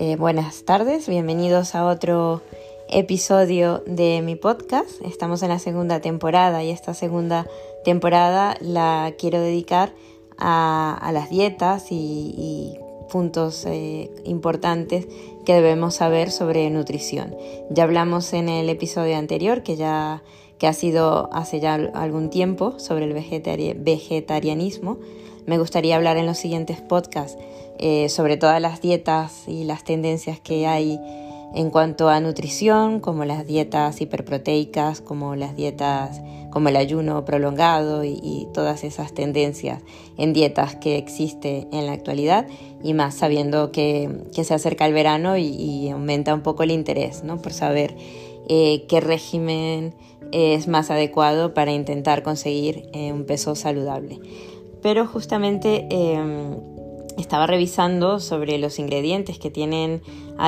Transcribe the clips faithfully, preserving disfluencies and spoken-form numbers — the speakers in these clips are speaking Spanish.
Eh, buenas tardes, bienvenidos a otro episodio de mi podcast. Estamos en la segunda temporada y esta segunda temporada la quiero dedicar a, a las dietas y, y puntos eh, importantes que debemos saber sobre nutrición. Ya hablamos en el episodio anterior, que ya que ha sido hace ya algún tiempo, sobre el vegetari- vegetarianismo. Me gustaría hablar en los siguientes podcasts eh, sobre todas las dietas y las tendencias que hay en cuanto a nutrición, como las dietas hiperproteicas, como las dietas, como el ayuno prolongado y, y todas esas tendencias en dietas que existe en la actualidad, y más sabiendo que, que se acerca el verano y, y aumenta un poco el interés, ¿no? Por saber eh, qué régimen es más adecuado para intentar conseguir eh, un peso saludable. Pero justamente eh, estaba revisando sobre los ingredientes que tienen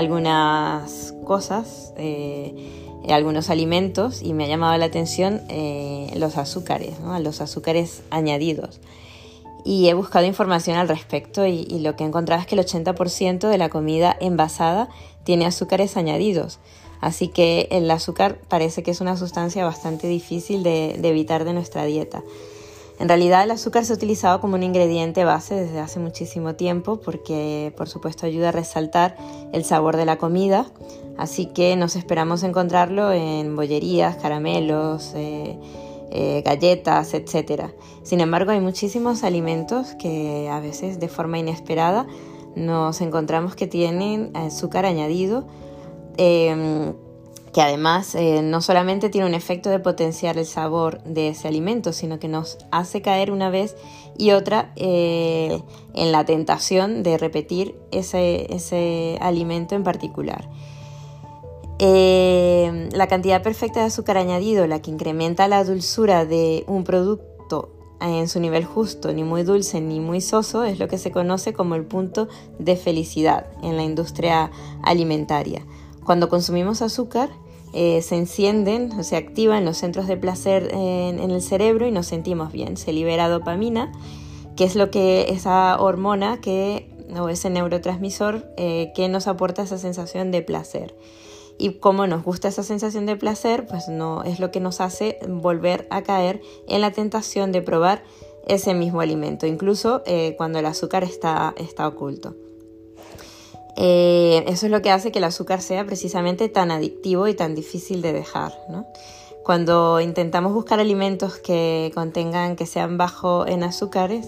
algunas cosas, eh, algunos alimentos, y me ha llamado la atención eh, los azúcares, ¿no? Los azúcares añadidos. Y he buscado información al respecto y, y lo que he encontrado es que el ochenta por ciento de la comida envasada tiene azúcares añadidos. Así que el azúcar parece que es una sustancia bastante difícil de, de evitar de nuestra dieta. En realidad el azúcar se ha utilizado como un ingrediente base desde hace muchísimo tiempo porque, por supuesto, ayuda a resaltar el sabor de la comida. Así que nos esperamos encontrarlo en bollerías, caramelos, eh, eh, galletas, etcétera. Sin embargo, hay muchísimos alimentos que a veces de forma inesperada nos encontramos que tienen azúcar añadido, eh, que además eh, no solamente tiene un efecto de potenciar el sabor de ese alimento, sino que nos hace caer una vez y otra eh, en la tentación de repetir ese, ese alimento en particular. Eh, la cantidad perfecta de azúcar añadido, la que incrementa la dulzura de un producto en su nivel justo, ni muy dulce ni muy soso, es lo que se conoce como el punto de felicidad en la industria alimentaria. Cuando consumimos azúcar, eh, se encienden o se activan los centros de placer en, en el cerebro y nos sentimos bien. Se libera dopamina, que es lo que esa hormona que, o ese neurotransmisor eh, que nos aporta esa sensación de placer. Y como nos gusta esa sensación de placer, pues no es lo que nos hace volver a caer en la tentación de probar ese mismo alimento, incluso eh, cuando el azúcar está, está oculto. Eh, eso es lo que hace que el azúcar sea precisamente tan adictivo y tan difícil de dejar, ¿no? Cuando intentamos buscar alimentos que contengan, que sean bajos en azúcares,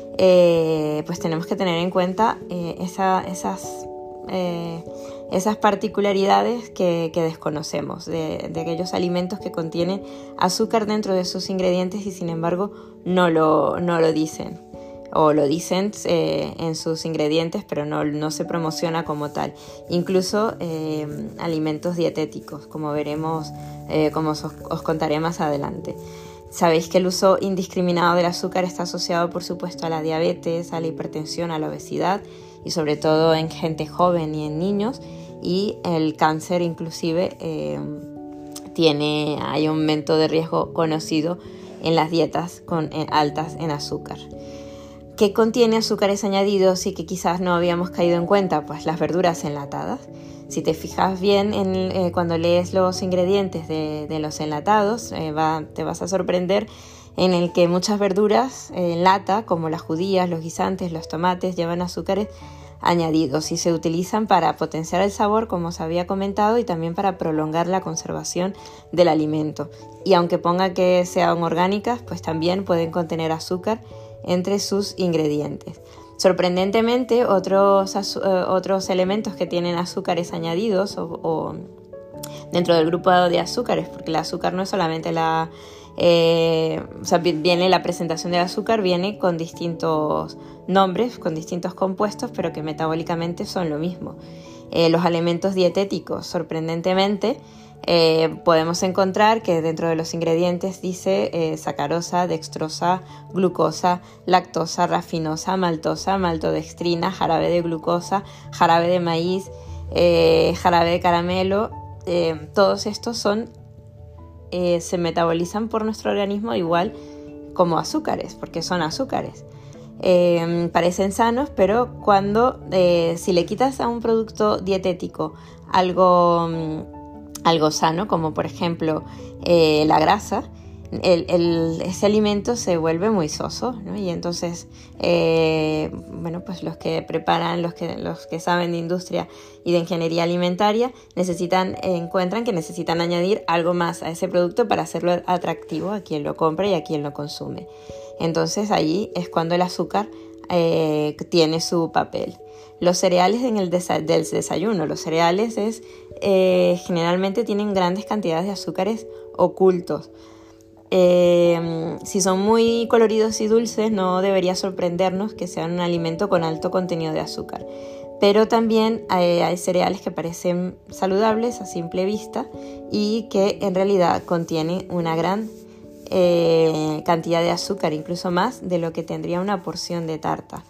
eh, pues tenemos que tener en cuenta eh, esa, esas, eh, esas particularidades que, que desconocemos de, de aquellos alimentos que contienen azúcar dentro de sus ingredientes y sin embargo no lo, no lo dicen. O lo dicen eh, en sus ingredientes, pero no, no se promociona como tal. Incluso eh, alimentos dietéticos, como veremos, eh, como os, os contaré más adelante. Sabéis que el uso indiscriminado del azúcar está asociado, por supuesto, a la diabetes, a la hipertensión, a la obesidad, y sobre todo en gente joven y en niños, y el cáncer inclusive eh, tiene, hay un aumento de riesgo conocido en las dietas con, eh, altas en azúcar. ¿Qué contiene azúcares añadidos y que quizás no habíamos caído en cuenta? Pues las verduras enlatadas. Si te fijas bien en, eh, cuando lees los ingredientes de, de los enlatados, eh, va, te vas a sorprender en el que muchas verduras eh, en lata, como las judías, los guisantes, los tomates, llevan azúcares añadidos y se utilizan para potenciar el sabor, como os había comentado, y también para prolongar la conservación del alimento. Y aunque ponga que sean orgánicas, pues también pueden contener azúcar entre sus ingredientes. Sorprendentemente, otros, azu- otros elementos que tienen azúcares añadidos o, o dentro del grupo de azúcares, porque el azúcar no es solamente la... Eh, o sea, viene la presentación del azúcar, viene con distintos nombres, con distintos compuestos, pero que metabólicamente son lo mismo. Eh, los alimentos dietéticos, sorprendentemente, Eh, podemos encontrar que dentro de los ingredientes dice eh, sacarosa, dextrosa, glucosa, lactosa, rafinosa, maltosa, maltodextrina, jarabe de glucosa, jarabe de maíz, eh, jarabe de caramelo. Eh, todos estos son, eh, se metabolizan por nuestro organismo igual como azúcares, porque son azúcares. eh, parecen sanos, pero cuando eh, si le quitas a un producto dietético algo, algo sano, como por ejemplo eh, la grasa, El, el, ese alimento se vuelve muy soso, ¿no? Y entonces, eh, bueno, pues los que preparan, los que, los que saben de industria y de ingeniería alimentaria, necesitan, eh, encuentran que necesitan añadir algo más a ese producto para hacerlo atractivo a quien lo compra y a quien lo consume. Entonces allí es cuando el azúcar eh, tiene su papel. Los cereales en el desa- del desayuno, los cereales es, eh, generalmente tienen grandes cantidades de azúcares ocultos. Eh, si son muy coloridos y dulces, no debería sorprendernos que sean un alimento con alto contenido de azúcar. Pero también hay, hay cereales que parecen saludables a simple vista y que en realidad contienen una gran eh, cantidad de azúcar, incluso más de lo que tendría una porción de tarta.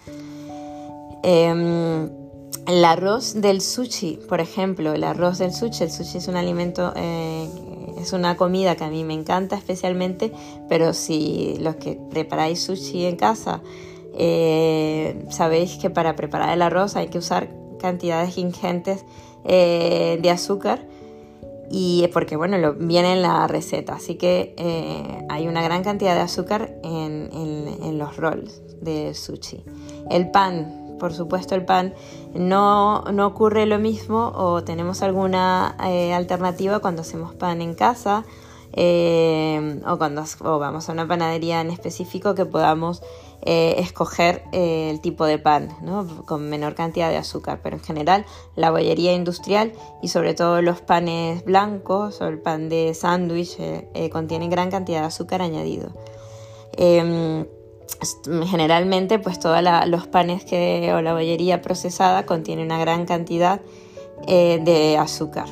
Eh, el arroz del sushi, por ejemplo, el arroz del sushi, el sushi es un alimento... Eh, Es una comida que a mí me encanta especialmente, pero si los que preparáis sushi en casa eh, sabéis que para preparar el arroz hay que usar cantidades ingentes eh, de azúcar, y porque bueno, lo, viene en la receta, así que eh, hay una gran cantidad de azúcar en, en, en los rolls de sushi. El pan, por supuesto, el pan no, no ocurre lo mismo, o tenemos alguna eh, alternativa cuando hacemos pan en casa eh, o cuando o vamos a una panadería en específico que podamos eh, escoger eh, el tipo de pan, ¿no? Con menor cantidad de azúcar, pero en general la bollería industrial y sobre todo los panes blancos o el pan de sándwich eh, eh, contienen gran cantidad de azúcar añadido. Eh, Generalmente pues todos los panes que, o la bollería procesada contiene una gran cantidad eh, de azúcar.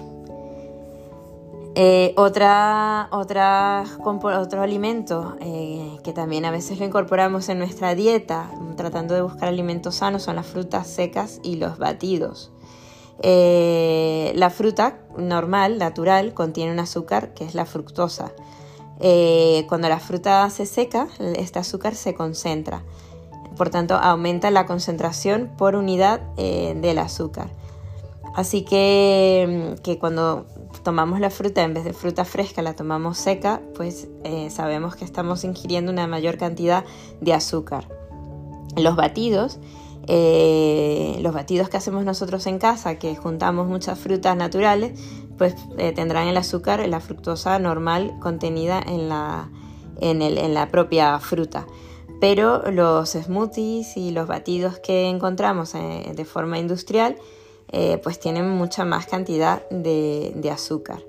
Eh, otra, otra, otro alimento eh, que también a veces lo incorporamos en nuestra dieta tratando de buscar alimentos sanos son las frutas secas y los batidos. Eh, la fruta normal, natural, contiene un azúcar que es la fructosa. Eh, cuando la fruta se seca, este azúcar se concentra, por tanto aumenta la concentración por unidad eh, del azúcar. Así que, que cuando tomamos la fruta, en vez de fruta fresca la tomamos seca, pues eh, sabemos que estamos ingiriendo una mayor cantidad de azúcar. Los batidos, eh, los batidos que hacemos nosotros en casa, que juntamos muchas frutas naturales, pues eh, tendrán el azúcar, la fructosa normal contenida en la, en, el, en la propia fruta. Pero los smoothies y los batidos que encontramos eh, de forma industrial eh, pues tienen mucha más cantidad de, de azúcar.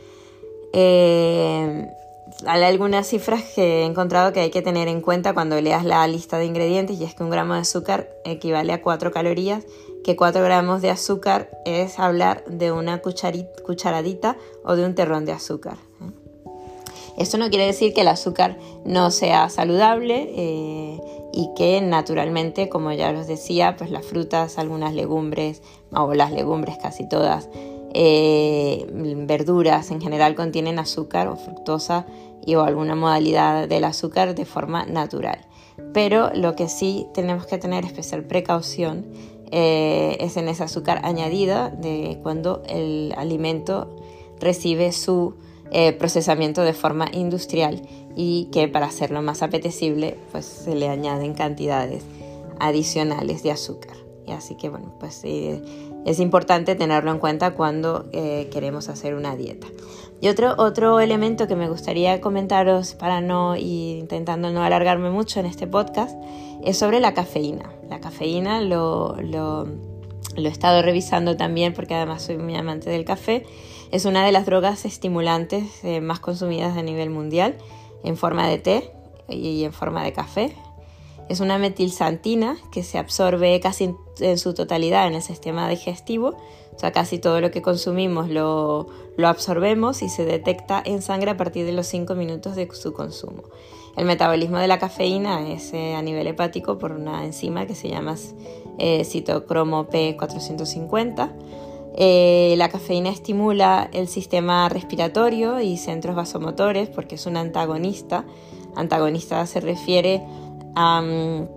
Eh, hay algunas cifras que he encontrado que hay que tener en cuenta cuando leas la lista de ingredientes, y es que un gramo de azúcar equivale a cuatro calorías, que cuatro gramos de azúcar es hablar de una cucharadita o de un terrón de azúcar. Esto no quiere decir que el azúcar no sea saludable eh, y que naturalmente, como ya os decía, pues las frutas, algunas legumbres, o las legumbres casi todas, eh, verduras en general contienen azúcar o fructosa y o alguna modalidad del azúcar de forma natural. Pero lo que sí tenemos que tener especial precaución eh, es en ese azúcar añadida de cuando el alimento recibe su eh, procesamiento de forma industrial, y que para hacerlo más apetecible pues se le añaden cantidades adicionales de azúcar. Y así que bueno, pues eh, es importante tenerlo en cuenta cuando eh, queremos hacer una dieta. Y otro, otro elemento que me gustaría comentaros para no ir intentando no alargarme mucho en este podcast es sobre la cafeína. La cafeína lo, lo, lo he estado revisando también porque además soy muy amante del café. Es una de las drogas estimulantes eh, más consumidas a nivel mundial, en forma de té y en forma de café. Es una metilxantina que se absorbe casi en, en su totalidad en el sistema digestivo. O sea, casi todo lo que consumimos lo, lo absorbemos y se detecta en sangre a partir de los cinco minutos de su consumo. El metabolismo de la cafeína es eh, a nivel hepático por una enzima que se llama eh, citocromo P cuatrocientos cincuenta. Eh, la cafeína estimula el sistema respiratorio y centros vasomotores porque es un antagonista. Antagonista se refiere a,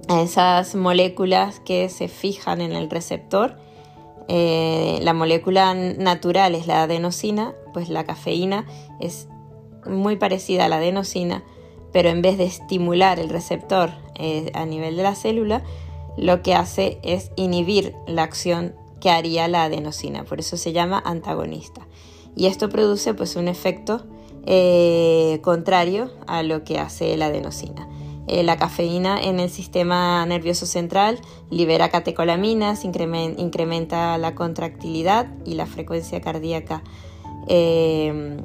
a esas moléculas que se fijan en el receptor. Eh, la molécula natural es la adenosina, pues la cafeína es muy parecida a la adenosina, pero en vez de estimular el receptor eh, a nivel de la célula, lo que hace es inhibir la acción que haría la adenosina, por eso se llama antagonista. Y esto produce pues un efecto eh, contrario a lo que hace la adenosina. Eh, la cafeína en el sistema nervioso central libera catecolaminas, incrementa, incrementa la contractilidad y la frecuencia cardíaca. Eh,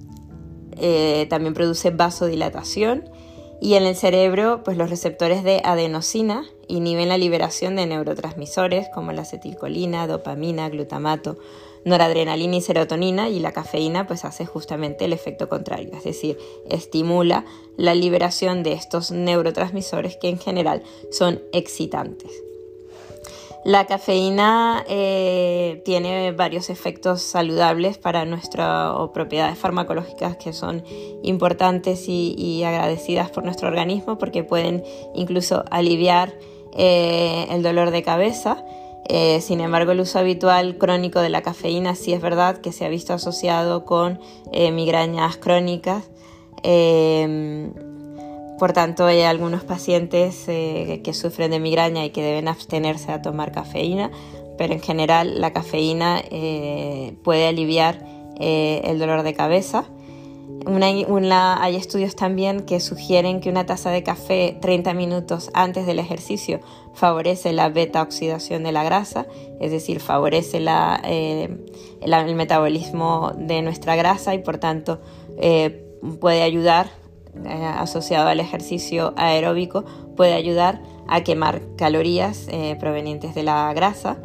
eh, también produce vasodilatación, y en el cerebro pues los receptores de adenosina inhiben la liberación de neurotransmisores como la acetilcolina, dopamina, glutamato, noradrenalina y serotonina, y la cafeína pues hace justamente el efecto contrario, es decir, estimula la liberación de estos neurotransmisores que en general son excitantes. La cafeína eh, tiene varios efectos saludables para nuestra o propiedades farmacológicas que son importantes y, y agradecidas por nuestro organismo, porque pueden incluso aliviar eh, el dolor de cabeza. Eh, sin embargo, el uso habitual crónico de la cafeína sí es verdad que se ha visto asociado con eh, migrañas crónicas. Eh, Por tanto, hay algunos pacientes eh, que sufren de migraña y que deben abstenerse a tomar cafeína, pero en general la cafeína eh, puede aliviar eh, el dolor de cabeza. Una, una, hay estudios también que sugieren que una taza de café treinta minutos antes del ejercicio favorece la beta-oxidación de la grasa, es decir, favorece la, eh, la, el metabolismo de nuestra grasa y por tanto eh, puede ayudar, eh, asociado al ejercicio aeróbico, puede ayudar a quemar calorías eh, provenientes de la grasa.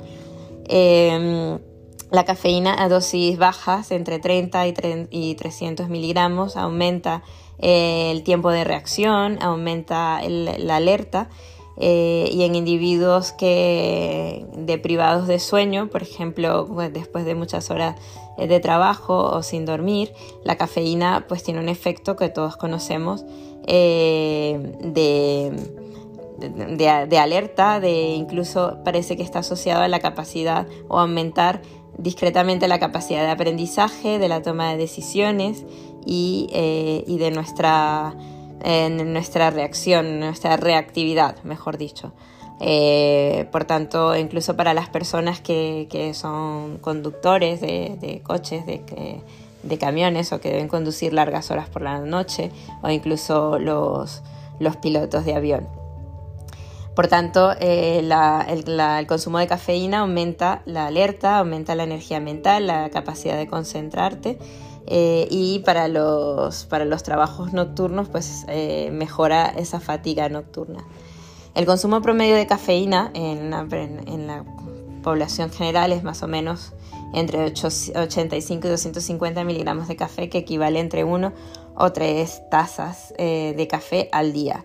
Eh, La cafeína a dosis bajas, entre treinta y trescientos miligramos, aumenta eh, el tiempo de reacción, aumenta el, la alerta eh, y en individuos que deprivados de sueño, por ejemplo, pues, después de muchas horas de trabajo o sin dormir, la cafeína pues tiene un efecto que todos conocemos eh, de... De, de alerta, de incluso parece que está asociado a la capacidad o aumentar discretamente la capacidad de aprendizaje, de la toma de decisiones y, eh, y de nuestra, eh, nuestra reacción, nuestra reactividad, mejor dicho. Eh, por tanto, incluso para las personas que, que son conductores de, de coches, de, de camiones o que deben conducir largas horas por la noche, o incluso los, los pilotos de avión. Por tanto, eh, la, el, la, el consumo de cafeína aumenta la alerta, aumenta la energía mental, la capacidad de concentrarte eh, y para los, para los trabajos nocturnos pues, eh, mejora esa fatiga nocturna. El consumo promedio de cafeína en la, en, en la población general es más o menos entre ochenta y cinco y doscientos cincuenta miligramos de café, que equivale entre uno o tres tazas eh, de café al día.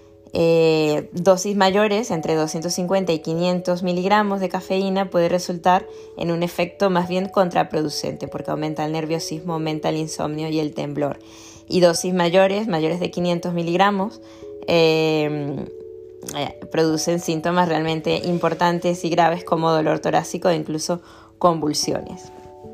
Eh, dosis mayores, entre doscientos cincuenta y quinientos miligramos de cafeína, puede resultar en un efecto más bien contraproducente porque aumenta el nerviosismo, aumenta el insomnio y el temblor. Y dosis mayores, mayores de quinientos miligramos, eh, eh, producen síntomas realmente importantes y graves como dolor torácico e incluso convulsiones.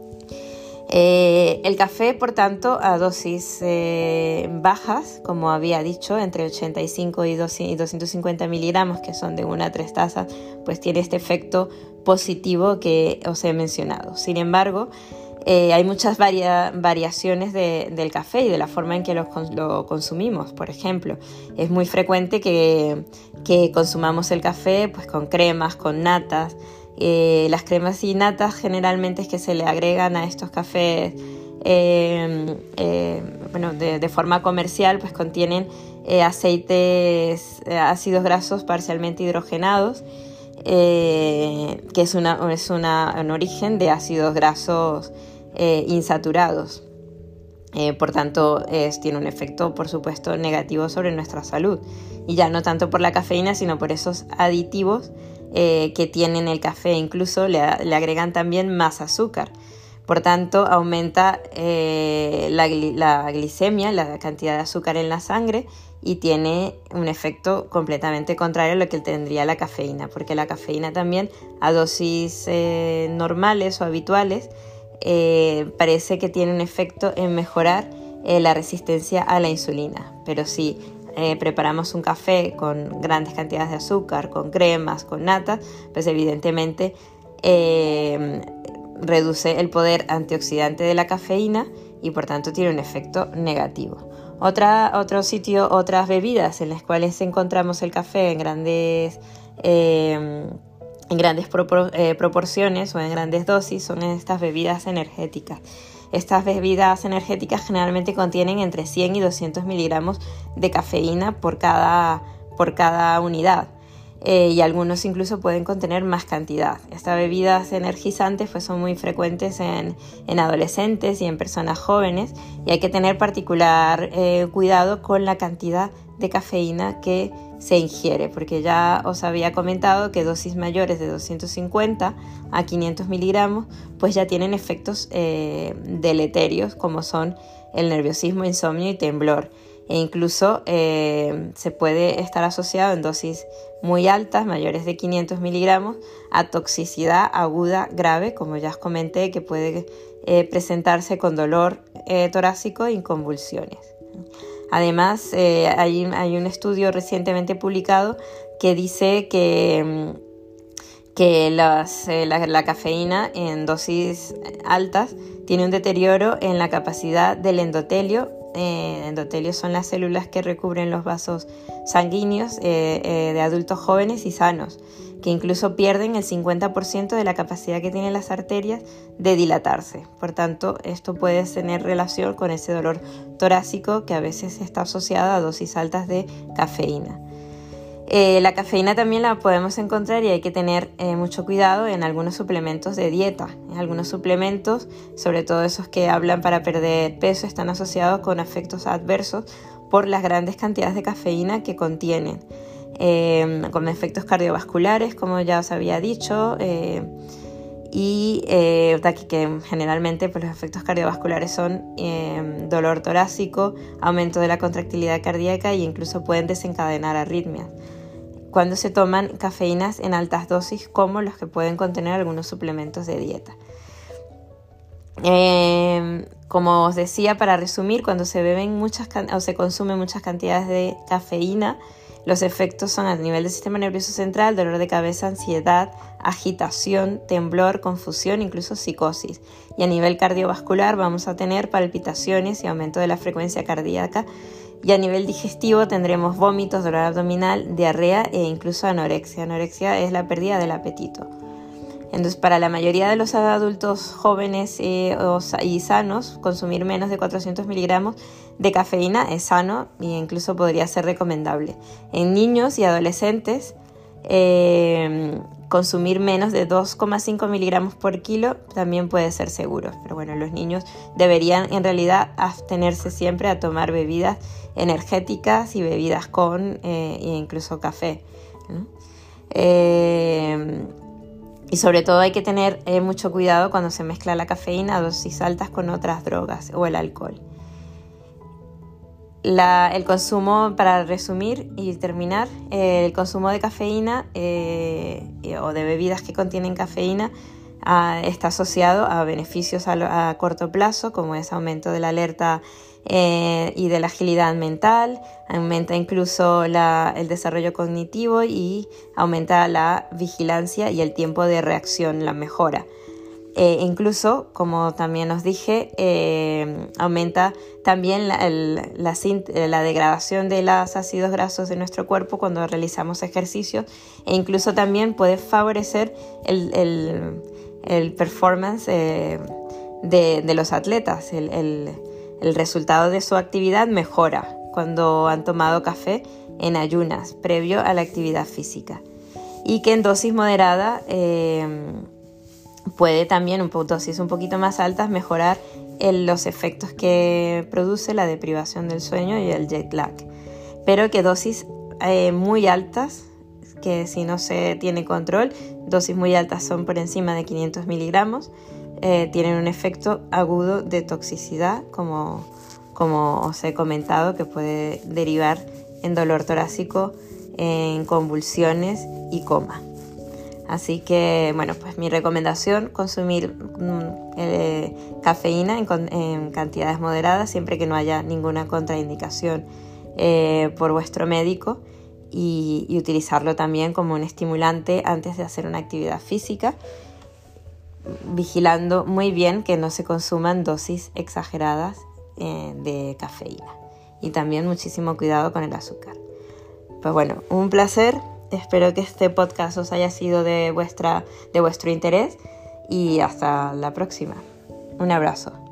Eh, el café, por tanto, a dosis eh, bajas, como había dicho, entre ochenta y cinco y doscientos cincuenta miligramos, que son de una a tres tazas, pues tiene este efecto positivo que os he mencionado. Sin embargo, eh, hay muchas varia- variaciones de, del café y de la forma en que lo, lo consumimos. Por ejemplo, es muy frecuente que, que consumamos el café pues, con cremas, con natas. Eh, las cremas y natas generalmente es que se le agregan a estos cafés eh, eh, bueno, de, de forma comercial, pues contienen eh, aceites, eh, ácidos grasos parcialmente hidrogenados, eh, que es, una, es una, un origen de ácidos grasos eh, insaturados. Eh, por tanto, es, tiene un efecto, por supuesto, negativo sobre nuestra salud. Y ya no tanto por la cafeína, sino por esos aditivos eh, que tienen el café. Incluso le, le agregan también más azúcar. Por tanto, aumenta eh, la, la glicemia, la cantidad de azúcar en la sangre, y tiene un efecto completamente contrario a lo que tendría la cafeína, porque la cafeína también a dosis eh, normales o habituales eh, parece que tiene un efecto en mejorar eh, la resistencia a la insulina. Pero si eh, preparamos un café con grandes cantidades de azúcar, con cremas, con nata, pues evidentemente eh, reduce el poder antioxidante de la cafeína y por tanto tiene un efecto negativo. Otra, otro sitio, otras bebidas en las cuales encontramos el café en grandes, eh, en grandes propor- eh, proporciones o en grandes dosis son estas bebidas energéticas. Estas bebidas energéticas generalmente contienen entre cien y doscientos miligramos de cafeína por cada, por cada unidad. Eh, y algunos incluso pueden contener más cantidad. Estas bebidas energizantes pues, son muy frecuentes en, en adolescentes y en personas jóvenes, y hay que tener particular eh, cuidado con la cantidad de cafeína que se ingiere, porque ya os había comentado que dosis mayores de doscientos cincuenta a quinientos miligramos pues ya tienen efectos eh, deleterios, como son el nerviosismo, insomnio y temblor. E incluso eh, se puede estar asociado en dosis muy altas, mayores de quinientos miligramos, a toxicidad aguda grave, como ya os comenté, que puede eh, presentarse con dolor eh, torácico y convulsiones. Además, eh, hay, hay un estudio recientemente publicado que dice que, que las, eh, la, la cafeína en dosis altas tiene un deterioro en la capacidad del endotelio. Eh, endotelios son las células que recubren los vasos sanguíneos eh, eh, de adultos jóvenes y sanos, que incluso pierden el cincuenta por ciento de la capacidad que tienen las arterias de dilatarse. Por tanto, esto puede tener relación con ese dolor torácico que a veces está asociado a dosis altas de cafeína. Eh, la cafeína también la podemos encontrar, y hay que tener eh, mucho cuidado en algunos suplementos de dieta. En algunos suplementos, sobre todo esos que hablan para perder peso, están asociados con efectos adversos por las grandes cantidades de cafeína que contienen, eh, con efectos cardiovasculares, como ya os había dicho, eh, y eh, que generalmente pues, los efectos cardiovasculares son eh, dolor torácico, aumento de la contractilidad cardíaca e incluso pueden desencadenar arritmias cuando se toman cafeínas en altas dosis, como los que pueden contener algunos suplementos de dieta. Eh, como os decía, para resumir, cuando se beben muchas o se consumen muchas cantidades de cafeína, los efectos son a nivel del sistema nervioso central: dolor de cabeza, ansiedad, agitación, temblor, confusión, incluso psicosis. Y a nivel cardiovascular vamos a tener palpitaciones y aumento de la frecuencia cardíaca. Y a nivel digestivo tendremos vómitos, dolor abdominal, diarrea e incluso anorexia. Anorexia es la pérdida del apetito. Entonces, para la mayoría de los adultos jóvenes eh, y sanos, consumir menos de cuatrocientos miligramos de cafeína es sano e incluso podría ser recomendable. En niños y adolescentes, eh, consumir menos de dos coma cinco miligramos por kilo también puede ser seguro. Pero bueno, los niños deberían en realidad abstenerse siempre a tomar bebidas energéticas y bebidas con eh, e incluso café, ¿no? Eh, Y sobre todo hay que tener eh, mucho cuidado cuando se mezcla la cafeína a dosis altas con otras drogas o el alcohol. La, el consumo, para resumir y terminar, eh, el consumo de cafeína eh, o de bebidas que contienen cafeína ah, está asociado a beneficios a, a corto plazo, como es aumento de la alerta eh, y de la agilidad mental, aumenta incluso la, el desarrollo cognitivo y aumenta la vigilancia y el tiempo de reacción, la mejora. Eh, incluso, como también os dije, eh, aumenta también la, el, la, la degradación de los ácidos grasos de nuestro cuerpo cuando realizamos ejercicios, e incluso también puede favorecer el, el, el performance eh, de, de los atletas. El, el, el resultado de su actividad mejora cuando han tomado café en ayunas previo a la actividad física, y que en dosis moderada eh, puede también, un poco, dosis un poquito más altas, mejorar el, los efectos que produce la deprivación del sueño y el jet lag, pero que dosis eh, muy altas, que si no se tiene control, dosis muy altas son por encima de quinientos miligramos, eh, tienen un efecto agudo de toxicidad, como, como os he comentado, que puede derivar en dolor torácico, en convulsiones y coma. Así que, bueno, pues mi recomendación, consumir eh, cafeína en, en cantidades moderadas, siempre que no haya ninguna contraindicación eh, por vuestro médico, y, y utilizarlo también como un estimulante antes de hacer una actividad física, vigilando muy bien que no se consuman dosis exageradas eh, de cafeína. Y también muchísimo cuidado con el azúcar. Pues bueno, un placer. Espero que este podcast os haya sido de, vuestra, de vuestro interés y hasta la próxima. Un abrazo.